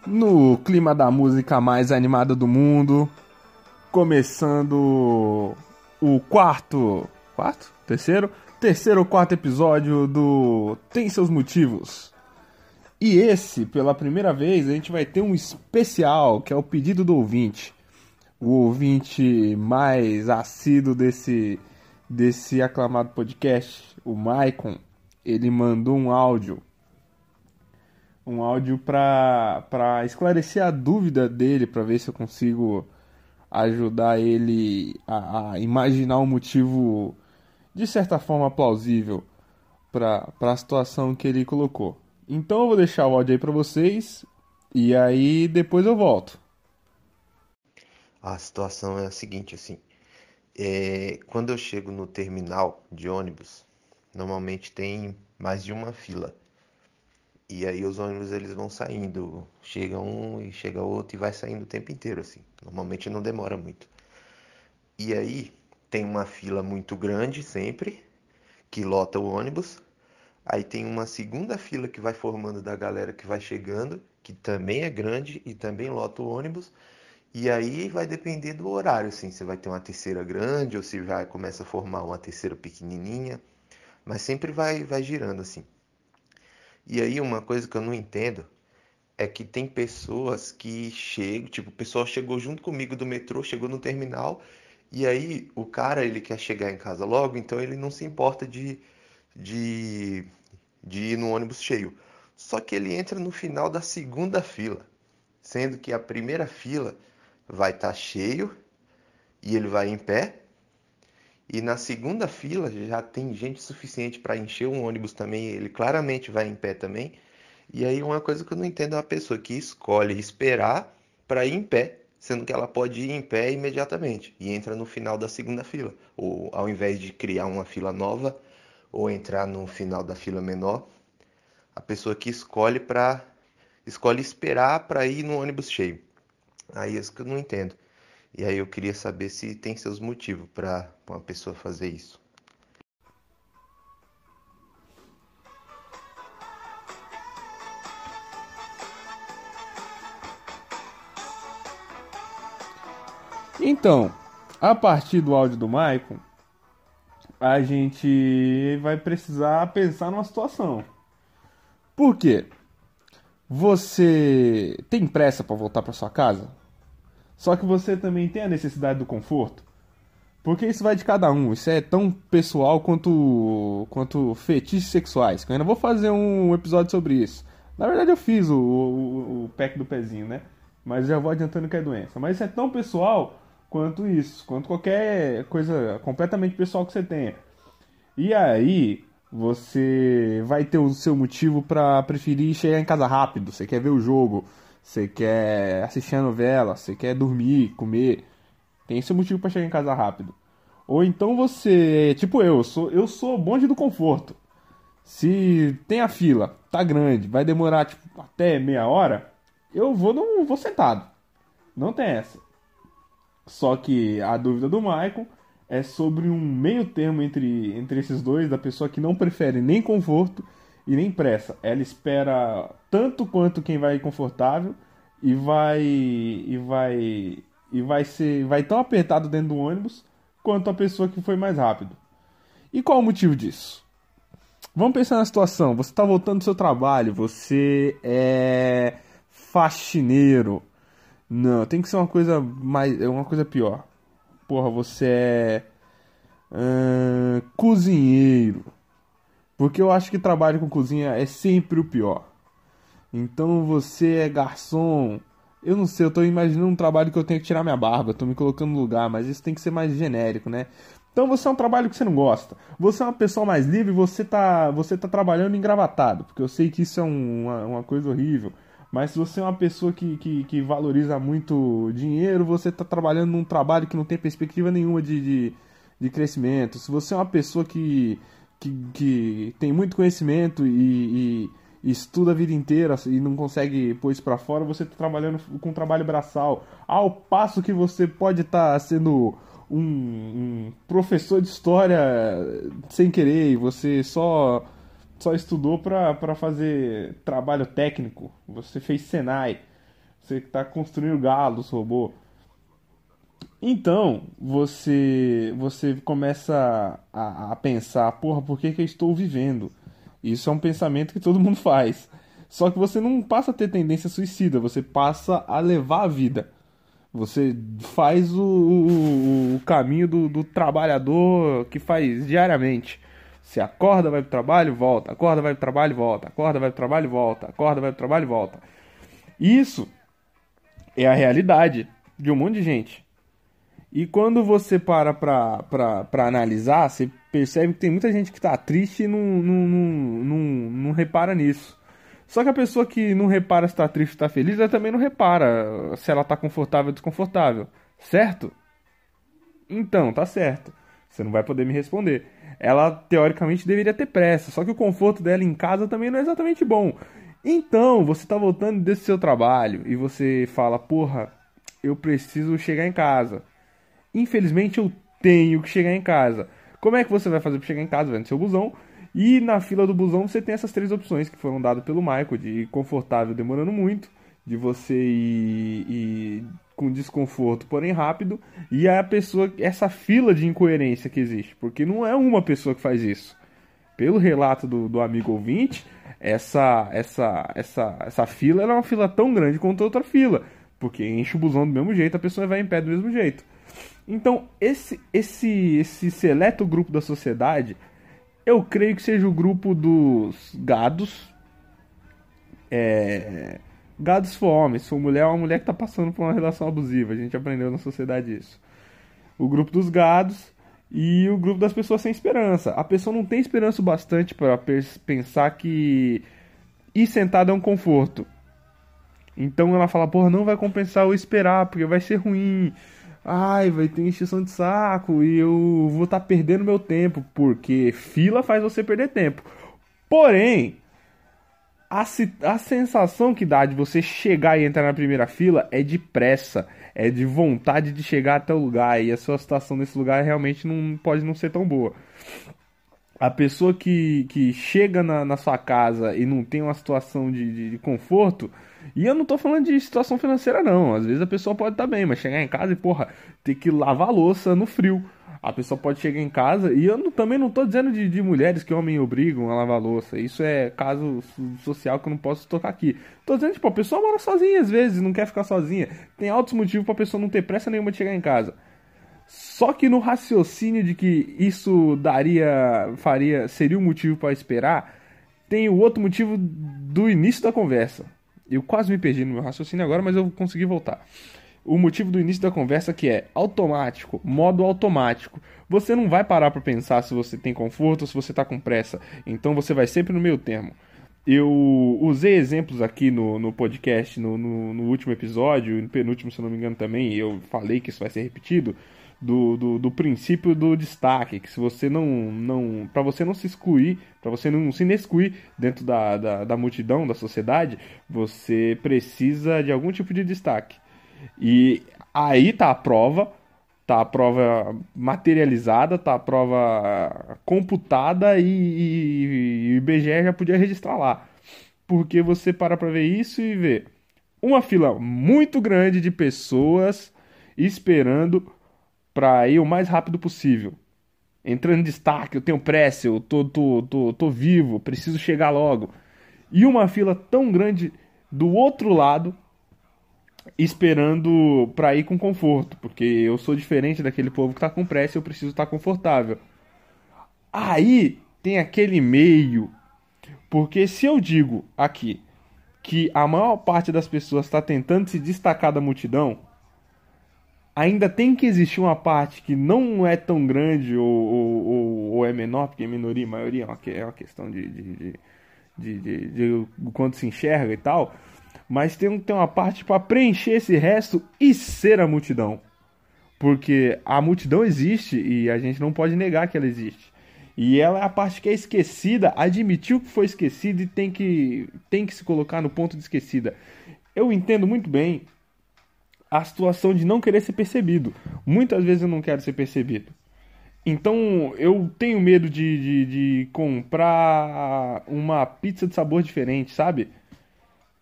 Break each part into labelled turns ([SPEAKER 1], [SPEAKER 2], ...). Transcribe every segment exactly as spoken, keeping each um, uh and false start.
[SPEAKER 1] no clima da música mais animada do mundo, começando o quarto, quarto? Terceiro? Terceiro ou quarto episódio do Tem Seus Motivos. E esse, pela primeira vez, a gente vai ter um especial, que é o pedido do ouvinte. O ouvinte mais assíduo desse, desse aclamado podcast, o Maicon, ele mandou um áudio. Um áudio para para esclarecer a dúvida dele, para ver se eu consigo ajudar ele a, a imaginar um motivo de certa forma plausível para a situação que ele colocou. Então eu vou deixar o áudio aí para vocês e aí depois eu volto.
[SPEAKER 2] A situação é a seguinte, assim, é, quando eu chego no terminal de ônibus, normalmente tem mais de uma fila. E aí os ônibus eles vão saindo, chega um e chega outro e vai saindo o tempo inteiro, assim. Normalmente não demora muito. E aí tem uma fila muito grande sempre, que lota o ônibus. Aí tem uma segunda fila que vai formando da galera que vai chegando, que também é grande e também lota o ônibus. E aí vai depender do horário, assim, você vai ter uma terceira grande ou se vai começa a formar uma terceira pequenininha, mas sempre vai vai girando assim. E aí uma coisa que eu não entendo é que tem pessoas que chegam, tipo, o pessoal chegou junto comigo do metrô, chegou no terminal, e aí o cara ele quer chegar em casa logo, então ele não se importa de de de ir no ônibus cheio. Só que ele entra no final da segunda fila, sendo que a primeira fila vai estar cheio e ele vai em pé. E na segunda fila já tem gente suficiente para encher um ônibus também. Ele claramente vai em pé também. E aí uma coisa que eu não entendo é a pessoa que escolhe esperar para ir em pé, sendo que ela pode ir em pé imediatamente e entra no final da segunda fila. Ou ao invés de criar uma fila nova ou entrar no final da fila menor, a pessoa que escolhe para escolhe esperar para ir no ônibus cheio. Aí é isso que eu não entendo. E aí eu queria saber se tem seus motivos para uma pessoa fazer isso.
[SPEAKER 1] Então, a partir do áudio do Maicon, a gente vai precisar pensar numa situação. Por quê? Você tem pressa para voltar para sua casa? Só que você também tem a necessidade do conforto? Porque isso vai de cada um. Isso é tão pessoal quanto quanto fetiches sexuais. Que eu ainda vou fazer um episódio sobre isso. Na verdade eu fiz o, o, o pack do pezinho, né? Mas já vou adiantando que é doença. Mas isso é tão pessoal quanto isso. Quanto qualquer coisa completamente pessoal que você tenha. E aí, você vai ter o seu motivo pra preferir chegar em casa rápido. Você quer ver o jogo, você quer assistir a novela, você quer dormir, comer. Tem seu motivo pra chegar em casa rápido. Ou então você, tipo eu, eu sou, eu sou bonde do conforto. Se tem a fila, tá grande, vai demorar tipo, até meia hora, eu vou, no, vou sentado. Não tem essa. Só que a dúvida do Michael é sobre um meio termo entre, entre esses dois, da pessoa que não prefere nem conforto e nem pressa. Ela espera tanto quanto quem vai confortável e vai e vai e vai ser vai tão apertado dentro do ônibus quanto a pessoa que foi mais rápido. E qual o motivo disso? Vamos pensar na situação. Você está voltando do seu trabalho, você é faxineiro. Não, tem que ser uma coisa mais, uma coisa pior. Porra, você é hum, cozinheiro. Porque eu acho que trabalho com cozinha é sempre o pior. Então você é garçom. Eu não sei, eu tô imaginando um trabalho que eu tenho que tirar minha barba, tô me colocando no lugar, mas isso tem que ser mais genérico, né? Então você é um trabalho que você não gosta. Você é uma pessoa mais livre, você tá, você tá trabalhando engravatado, porque eu sei que isso é um, uma, uma coisa horrível. Mas se você é uma pessoa que, que, que valoriza muito dinheiro, você está trabalhando num trabalho que não tem perspectiva nenhuma de, de, de crescimento. Se você é uma pessoa que, que, que tem muito conhecimento e, e, e estuda a vida inteira e não consegue pôr isso para fora, você está trabalhando com um trabalho braçal. Ao passo que você pode estar tá sendo um, um professor de história sem querer e você só... só estudou para fazer trabalho técnico, você fez Senai. Você que tá construindo galos, robô. Então, você você começa a, a pensar, porra, por que que eu estou vivendo? Isso é um pensamento que todo mundo faz. Só que você não passa a ter tendência suicida, você passa a levar a vida. Você faz o, o, o caminho do, do trabalhador que faz diariamente. Você acorda, vai pro trabalho, volta. Acorda, vai pro trabalho, volta. Acorda, vai pro trabalho, volta. Acorda, vai pro trabalho, volta. Isso é a realidade de um monte de gente. E quando você para pra, pra, pra analisar, você percebe que tem muita gente que tá triste e não, não, não, não, não repara nisso. Só que a pessoa que não repara se tá triste ou tá feliz, ela também não repara se ela tá confortável ou desconfortável. Certo? Então, tá certo. Você não vai poder me responder. Ela, teoricamente, deveria ter pressa. Só que o conforto dela em casa também não é exatamente bom. Então, você tá voltando desse seu trabalho e você fala, porra, eu preciso chegar em casa. Infelizmente eu tenho que chegar em casa. Como é que você vai fazer para chegar em casa? Vai no seu busão. E na fila do busão você tem essas três opções que foram dadas pelo Michael: de ir confortável demorando muito, de você ir, ir com desconforto porém rápido, e a pessoa, essa fila de incoerência que existe, porque não é uma pessoa que faz isso. Pelo relato do, do amigo ouvinte, essa, essa, essa, essa fila era uma fila tão grande quanto outra fila, porque enche o busão do mesmo jeito, a pessoa vai em pé do mesmo jeito. Então, esse, esse, esse seleto grupo da sociedade, eu creio que seja o grupo dos gados. É, gados for homem, se for mulher, é uma mulher que está passando por uma relação abusiva. A gente aprendeu na sociedade isso. O grupo dos gados e o grupo das pessoas sem esperança. A pessoa não tem esperança o bastante para pensar que ir sentado é um conforto. Então ela fala, porra, não vai compensar eu esperar, porque vai ser ruim. Ai, vai ter encheção de saco e eu vou estar tá perdendo meu tempo, porque fila faz você perder tempo. Porém, a, a sensação que dá de você chegar e entrar na primeira fila é de pressa, é de vontade de chegar até o lugar, e a sua situação nesse lugar realmente não pode não ser tão boa. A pessoa que, que chega na, na sua casa e não tem uma situação de, de, de conforto, e eu não tô falando de situação financeira não, às vezes a pessoa pode estar bem, mas chegar em casa e, porra, ter que lavar a louça no frio. A pessoa pode chegar em casa, e eu não, também não tô dizendo de, de mulheres que homens obrigam a lavar a louça, isso é caso social que eu não posso tocar aqui. Tô dizendo, tipo, a pessoa mora sozinha às vezes, não quer ficar sozinha, tem altos motivos pra pessoa não ter pressa nenhuma de chegar em casa. Só que no raciocínio de que isso daria, faria, seria um motivo para esperar, tem o outro motivo do início da conversa. Eu quase me perdi no meu raciocínio agora, mas eu consegui voltar. O motivo do início da conversa que é automático, modo automático. Você não vai parar para pensar se você tem conforto ou se você está com pressa. Então você vai sempre no meio termo. Eu usei exemplos aqui no, no podcast, no, no, no último episódio, no penúltimo, se não me engano também, e eu falei que isso vai ser repetido. Do, do, do princípio do destaque, que se você não, não para você não se excluir, para você não se inexcluir dentro da, da, da multidão, da sociedade, você precisa de algum tipo de destaque. E aí tá a prova, tá a prova materializada, tá a prova computada, e, e, e o I B G E já podia registrar lá. Porque você para pra ver isso e vê uma fila muito grande de pessoas esperando para ir o mais rápido possível. Entrando em destaque, eu tenho pressa, eu tô, tô, tô, tô vivo, preciso chegar logo. E uma fila tão grande do outro lado, esperando para ir com conforto, porque eu sou diferente daquele povo que tá com pressa e eu preciso estar confortável. Aí tem aquele meio, porque se eu digo aqui que a maior parte das pessoas está tentando se destacar da multidão, ainda tem que existir uma parte que não é tão grande ou, ou, ou, ou é menor, porque a minoria e maioria é uma, é uma questão de, de, de, de, de, de quanto se enxerga e tal, mas tem, tem uma parte para preencher esse resto e ser a multidão. Porque a multidão existe e a gente não pode negar que ela existe. E ela é a parte que é esquecida, admitiu que foi esquecida e tem que, tem que se colocar no ponto de esquecida. Eu entendo muito bem a situação de não querer ser percebido. Muitas vezes eu não quero ser percebido. Então eu tenho medo de, de, de comprar uma pizza de sabor diferente, sabe?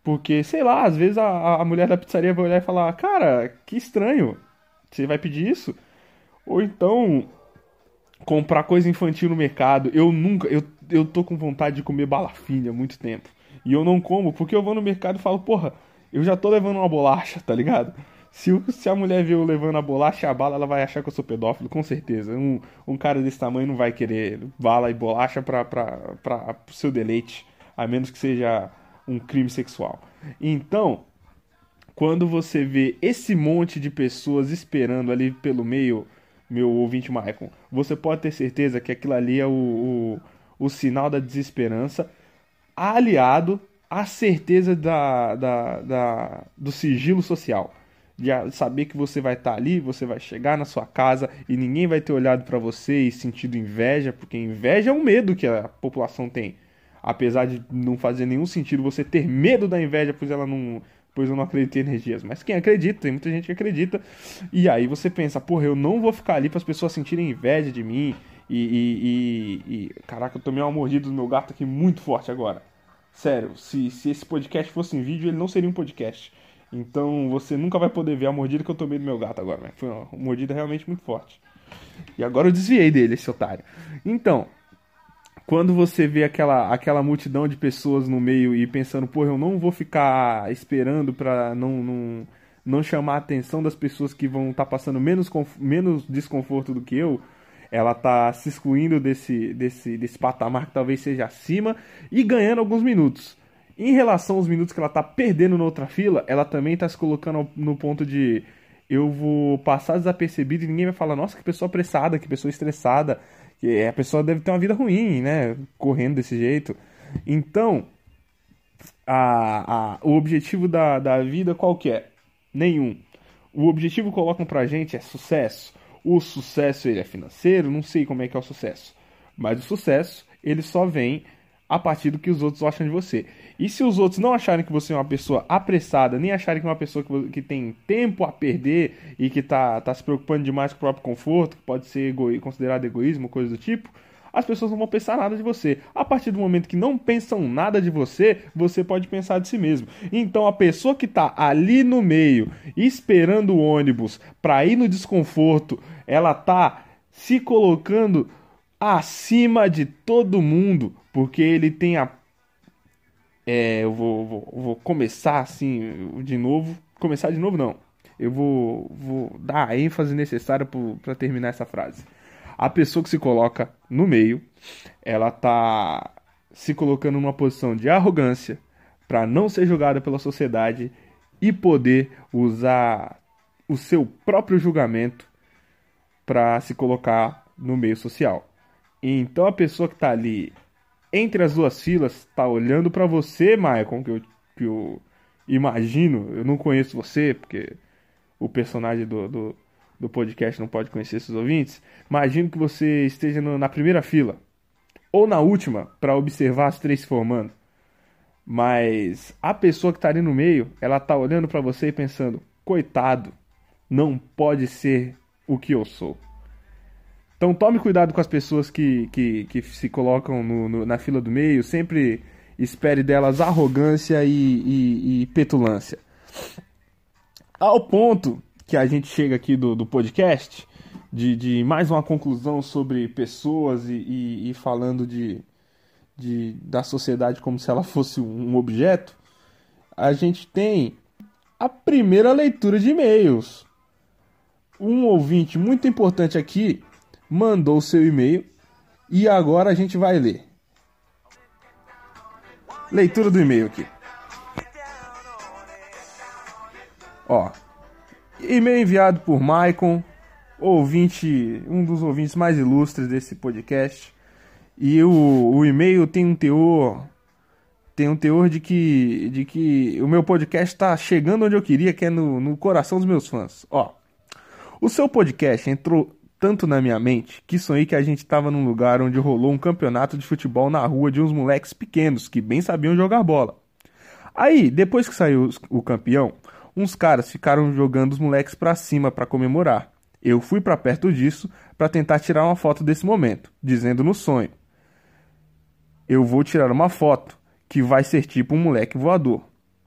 [SPEAKER 1] Porque, sei lá, às vezes a, a mulher da pizzaria vai olhar e falar, cara, que estranho, você vai pedir isso? Ou então, comprar coisa infantil no mercado. Eu nunca, eu, eu tô com vontade de comer balafine há muito tempo. E eu não como, porque eu vou no mercado e falo, porra, eu já tô levando uma bolacha, tá ligado? Se, o- se a mulher vê eu levando a bolacha e a bala, ela vai achar que eu sou pedófilo, com certeza. Um, um cara desse tamanho não vai querer bala e bolacha pra, pra, pra, pro seu deleite, a menos que seja um crime sexual. Então, quando você vê esse monte de pessoas esperando ali pelo meio, meu ouvinte Michael, você pode ter certeza que aquilo ali é o, o, o sinal da desesperança, aliado à certeza da, da, da- do sigilo social. De a- saber que você vai estar ali, você vai chegar na sua casa e ninguém vai ter olhado para você e sentido inveja, porque inveja é um medo que a população tem. Apesar de não fazer nenhum sentido você ter medo da inveja, pois ela não, pois eu não acredito em energias. Mas quem acredita, tem muita gente que acredita. E aí você pensa, porra, eu não vou ficar ali para as pessoas sentirem inveja de mim. E, e, e, e- caraca, eu tomei uma mordida do meu gato aqui muito forte agora. Sério, se, se esse podcast fosse em vídeo, ele não seria um podcast. Então você nunca vai poder ver a mordida que eu tomei do meu gato agora, né? Foi uma mordida realmente muito forte. E agora eu desviei dele, esse otário. Então, quando você vê aquela, aquela multidão de pessoas no meio e pensando, pô, eu não vou ficar esperando pra não, não, não chamar a atenção das pessoas que vão estar passando menos, conf- menos desconforto do que eu, ela tá se excluindo desse, desse, desse patamar que talvez seja acima e ganhando alguns minutos. Em relação aos minutos que ela tá perdendo na outra fila, ela também tá se colocando ao- no ponto de eu vou passar desapercebido e ninguém vai falar, nossa, que pessoa apressada, que pessoa estressada, que a pessoa deve ter uma vida ruim, né? Correndo desse jeito. Então, a, a, o objetivo da, da vida qual que é? Nenhum. O objetivo que colocam pra gente é sucesso. O sucesso ele é financeiro, não sei como é que é o sucesso. Mas o sucesso, ele só vem a partir do que os outros acham de você. E se os outros não acharem que você é uma pessoa apressada, nem acharem que é uma pessoa que, vo- que tem tempo a perder e que tá, tá se preocupando demais com o próprio conforto, que pode ser ego, considerado egoísmo, coisa do tipo, as pessoas não vão pensar nada de você. A partir do momento que não pensam nada de você, você pode pensar de si mesmo. Então a pessoa que está ali no meio, esperando o ônibus para ir no desconforto, ela tá se colocando acima de todo mundo, porque ele tem a. É, eu vou, vou, vou começar assim de novo. Começar de novo, não. Eu vou, vou dar a ênfase necessária para terminar essa frase. A pessoa que se coloca no meio, ela tá se colocando numa posição de arrogância para não ser julgada pela sociedade e poder usar o seu próprio julgamento para se colocar no meio social. Então a pessoa que está ali entre as duas filas está olhando para você, Maicon, que eu, que eu imagino, eu não conheço você, porque o personagem do, do, do podcast não pode conhecer seus ouvintes. Imagino que você esteja no- na primeira fila ou na última para observar as três se formando. Mas a pessoa que está ali no meio, ela tá olhando para você e pensando: coitado, não pode ser o que eu sou. Então tome cuidado com as pessoas que, que, que se colocam no- no- na fila do meio. Sempre espere delas arrogância e, e- e petulância. Ao ponto que a gente chega aqui do, do podcast, de, de mais uma conclusão sobre pessoas e, e- e falando de, de, da sociedade como se ela fosse um objeto, a gente tem a primeira leitura de e-mails. Um ouvinte muito importante aqui mandou o seu e-mail e agora a gente vai ler. Leitura do e-mail aqui. Ó, e-mail enviado por Maicon, ouvinte, um dos ouvintes mais ilustres desse podcast. E o, o e-mail tem um teor, tem um teor de que, de que o meu podcast está chegando onde eu queria, que é no, no coração dos meus fãs. Ó, o seu podcast entrou tanto na minha mente que sonhei que a gente estava num lugar onde rolou um campeonato de futebol na rua de uns moleques pequenos que bem sabiam jogar bola. Aí, depois que saiu os- o campeão, uns caras ficaram jogando os moleques pra cima pra comemorar. Eu fui pra perto disso pra tentar tirar uma foto desse momento, dizendo no sonho: eu vou tirar uma foto que vai ser tipo um moleque voador.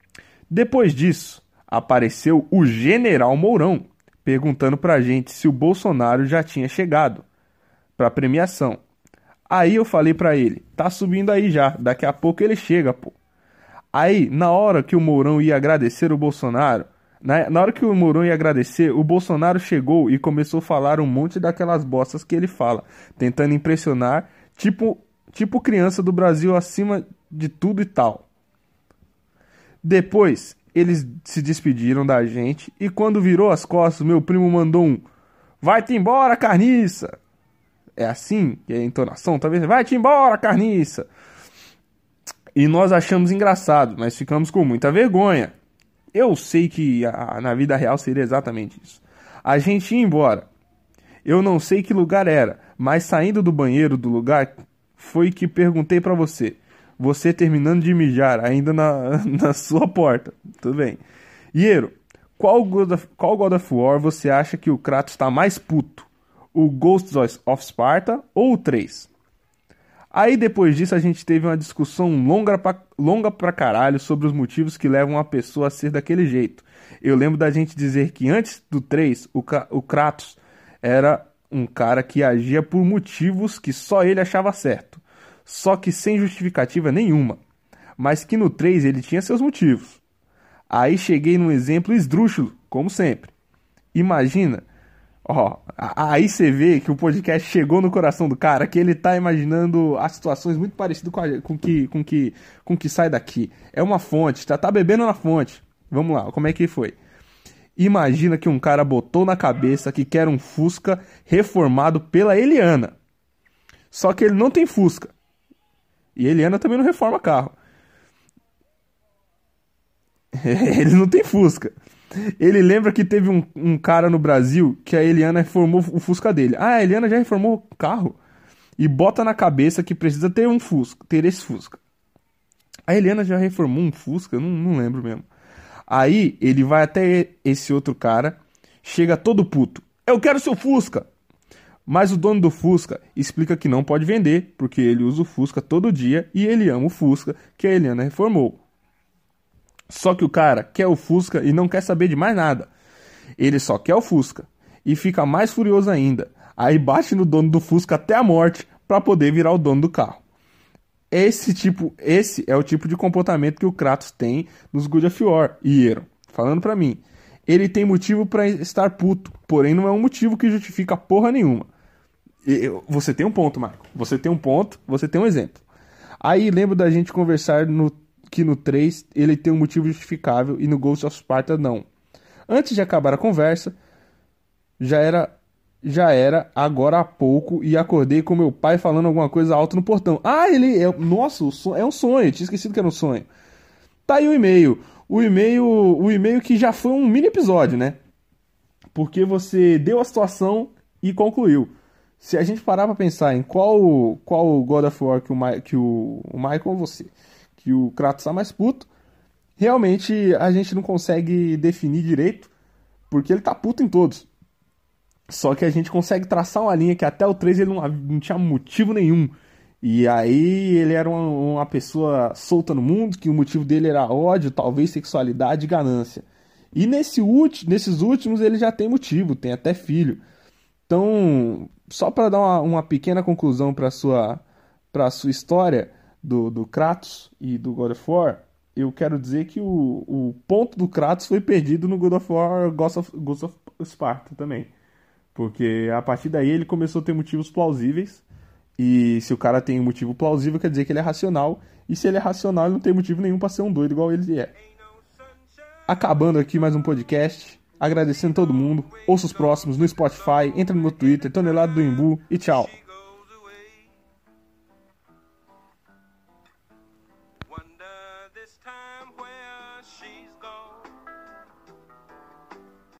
[SPEAKER 1] Depois disso, apareceu o General Mourão, perguntando pra gente se o Bolsonaro já tinha chegado pra premiação. Aí eu falei pra ele, tá subindo aí já, daqui a pouco ele chega, pô. Aí, na hora que o Mourão ia agradecer o Bolsonaro, na, na hora que o Mourão ia agradecer, o Bolsonaro chegou e começou a falar um monte daquelas bostas que ele fala, tentando impressionar, tipo, tipo criança do Brasil acima de tudo e tal. Depois, eles se despediram da gente e quando virou as costas, meu primo mandou um vai-te embora, carniça! É assim que é a entonação, talvez. Vai-te embora, carniça! E nós achamos engraçado, mas ficamos com muita vergonha. Eu sei que a, na vida real seria exatamente isso. A gente ia embora. Eu não sei que lugar era, mas saindo do banheiro do lugar, foi que perguntei pra você. Você terminando de mijar, ainda na, na sua porta. Tudo bem. Iero, qual God of, qual God of War você acha que o Kratos tá mais puto? O Ghosts of Sparta ou o três? Aí depois disso a gente teve uma discussão longa pra, longa pra caralho sobre os motivos que levam uma pessoa a ser daquele jeito. Eu lembro da gente dizer que antes do três, o, o Kratos era um cara que agia por motivos que só ele achava certo. Só que sem justificativa nenhuma. Mas que no três ele tinha seus motivos. Aí cheguei num exemplo esdrúxulo, como sempre. Imagina... Ó, aí você vê que o podcast chegou no coração do cara, que ele tá imaginando as situações muito parecidas com, a, com, que, com, que, com que sai daqui. É uma fonte, tá, tá bebendo na fonte. Vamos lá, como é que foi? Imagina que um cara botou na cabeça que quer um Fusca reformado pela Eliana. Só que ele não tem Fusca. E a Eliana também não reforma carro. Ele não tem Fusca. Ele lembra que teve um, um cara no Brasil que a Eliana reformou o Fusca dele. Ah, a Eliana já reformou o carro. E bota na cabeça que precisa ter um Fusca, ter esse Fusca. A Eliana já reformou um Fusca? Eu não, não lembro mesmo. Aí ele vai até esse outro cara, chega todo puto. Eu quero seu Fusca! Mas o dono do Fusca explica que não pode vender, porque ele usa o Fusca todo dia e ele ama o Fusca que a Eliana reformou. Só que o cara quer o Fusca e não quer saber de mais nada. Ele só quer o Fusca. E fica mais furioso ainda. Aí bate no dono do Fusca até a morte para poder virar o dono do carro. Esse tipo, esse é o tipo de comportamento que o Kratos tem nos God of War. E Iero, falando pra mim, ele tem motivo para estar puto, porém não é um motivo que justifica porra nenhuma. Eu, você tem um ponto, Marco. Você tem um ponto, você tem um exemplo. Aí lembro da gente conversar no que no três ele tem um motivo justificável e no Ghost of Sparta não. Antes de acabar a conversa, já era já era agora há pouco e acordei com meu pai falando alguma coisa alto no portão. Ah, ele é, nossa, é um sonho, eu tinha esquecido que era um sonho. Tá aí o e-mail. O e-mail, o e-mail que já foi um mini episódio, né? Porque você deu a situação e concluiu. Se a gente parar pra pensar em qual qual God of War que o, Ma, que o, o Michael ou você que o Kratos tá mais puto, realmente a gente não consegue definir direito, porque ele tá puto em todos. Só que a gente consegue traçar uma linha que até o três ele não, não tinha motivo nenhum. E aí ele era uma, uma pessoa solta no mundo, que o motivo dele era ódio, talvez sexualidade e ganância. E nesse ulti, nesses últimos ele já tem motivo, tem até filho. Então, só para dar uma, uma pequena conclusão para sua para sua história do, do Kratos e do God of War, eu quero dizer que o, o ponto do Kratos foi perdido no God of War Ghost of, Ghost of Sparta também. Porque a partir daí ele começou a ter motivos plausíveis. E se o cara tem um motivo plausível, quer dizer que ele é racional. E se ele é racional, ele não tem motivo nenhum pra ser um doido igual ele é. Acabando aqui mais um podcast. Agradecendo todo mundo. Ouça os próximos no Spotify. Entra no meu Twitter, Tonelada do Imbu. E tchau.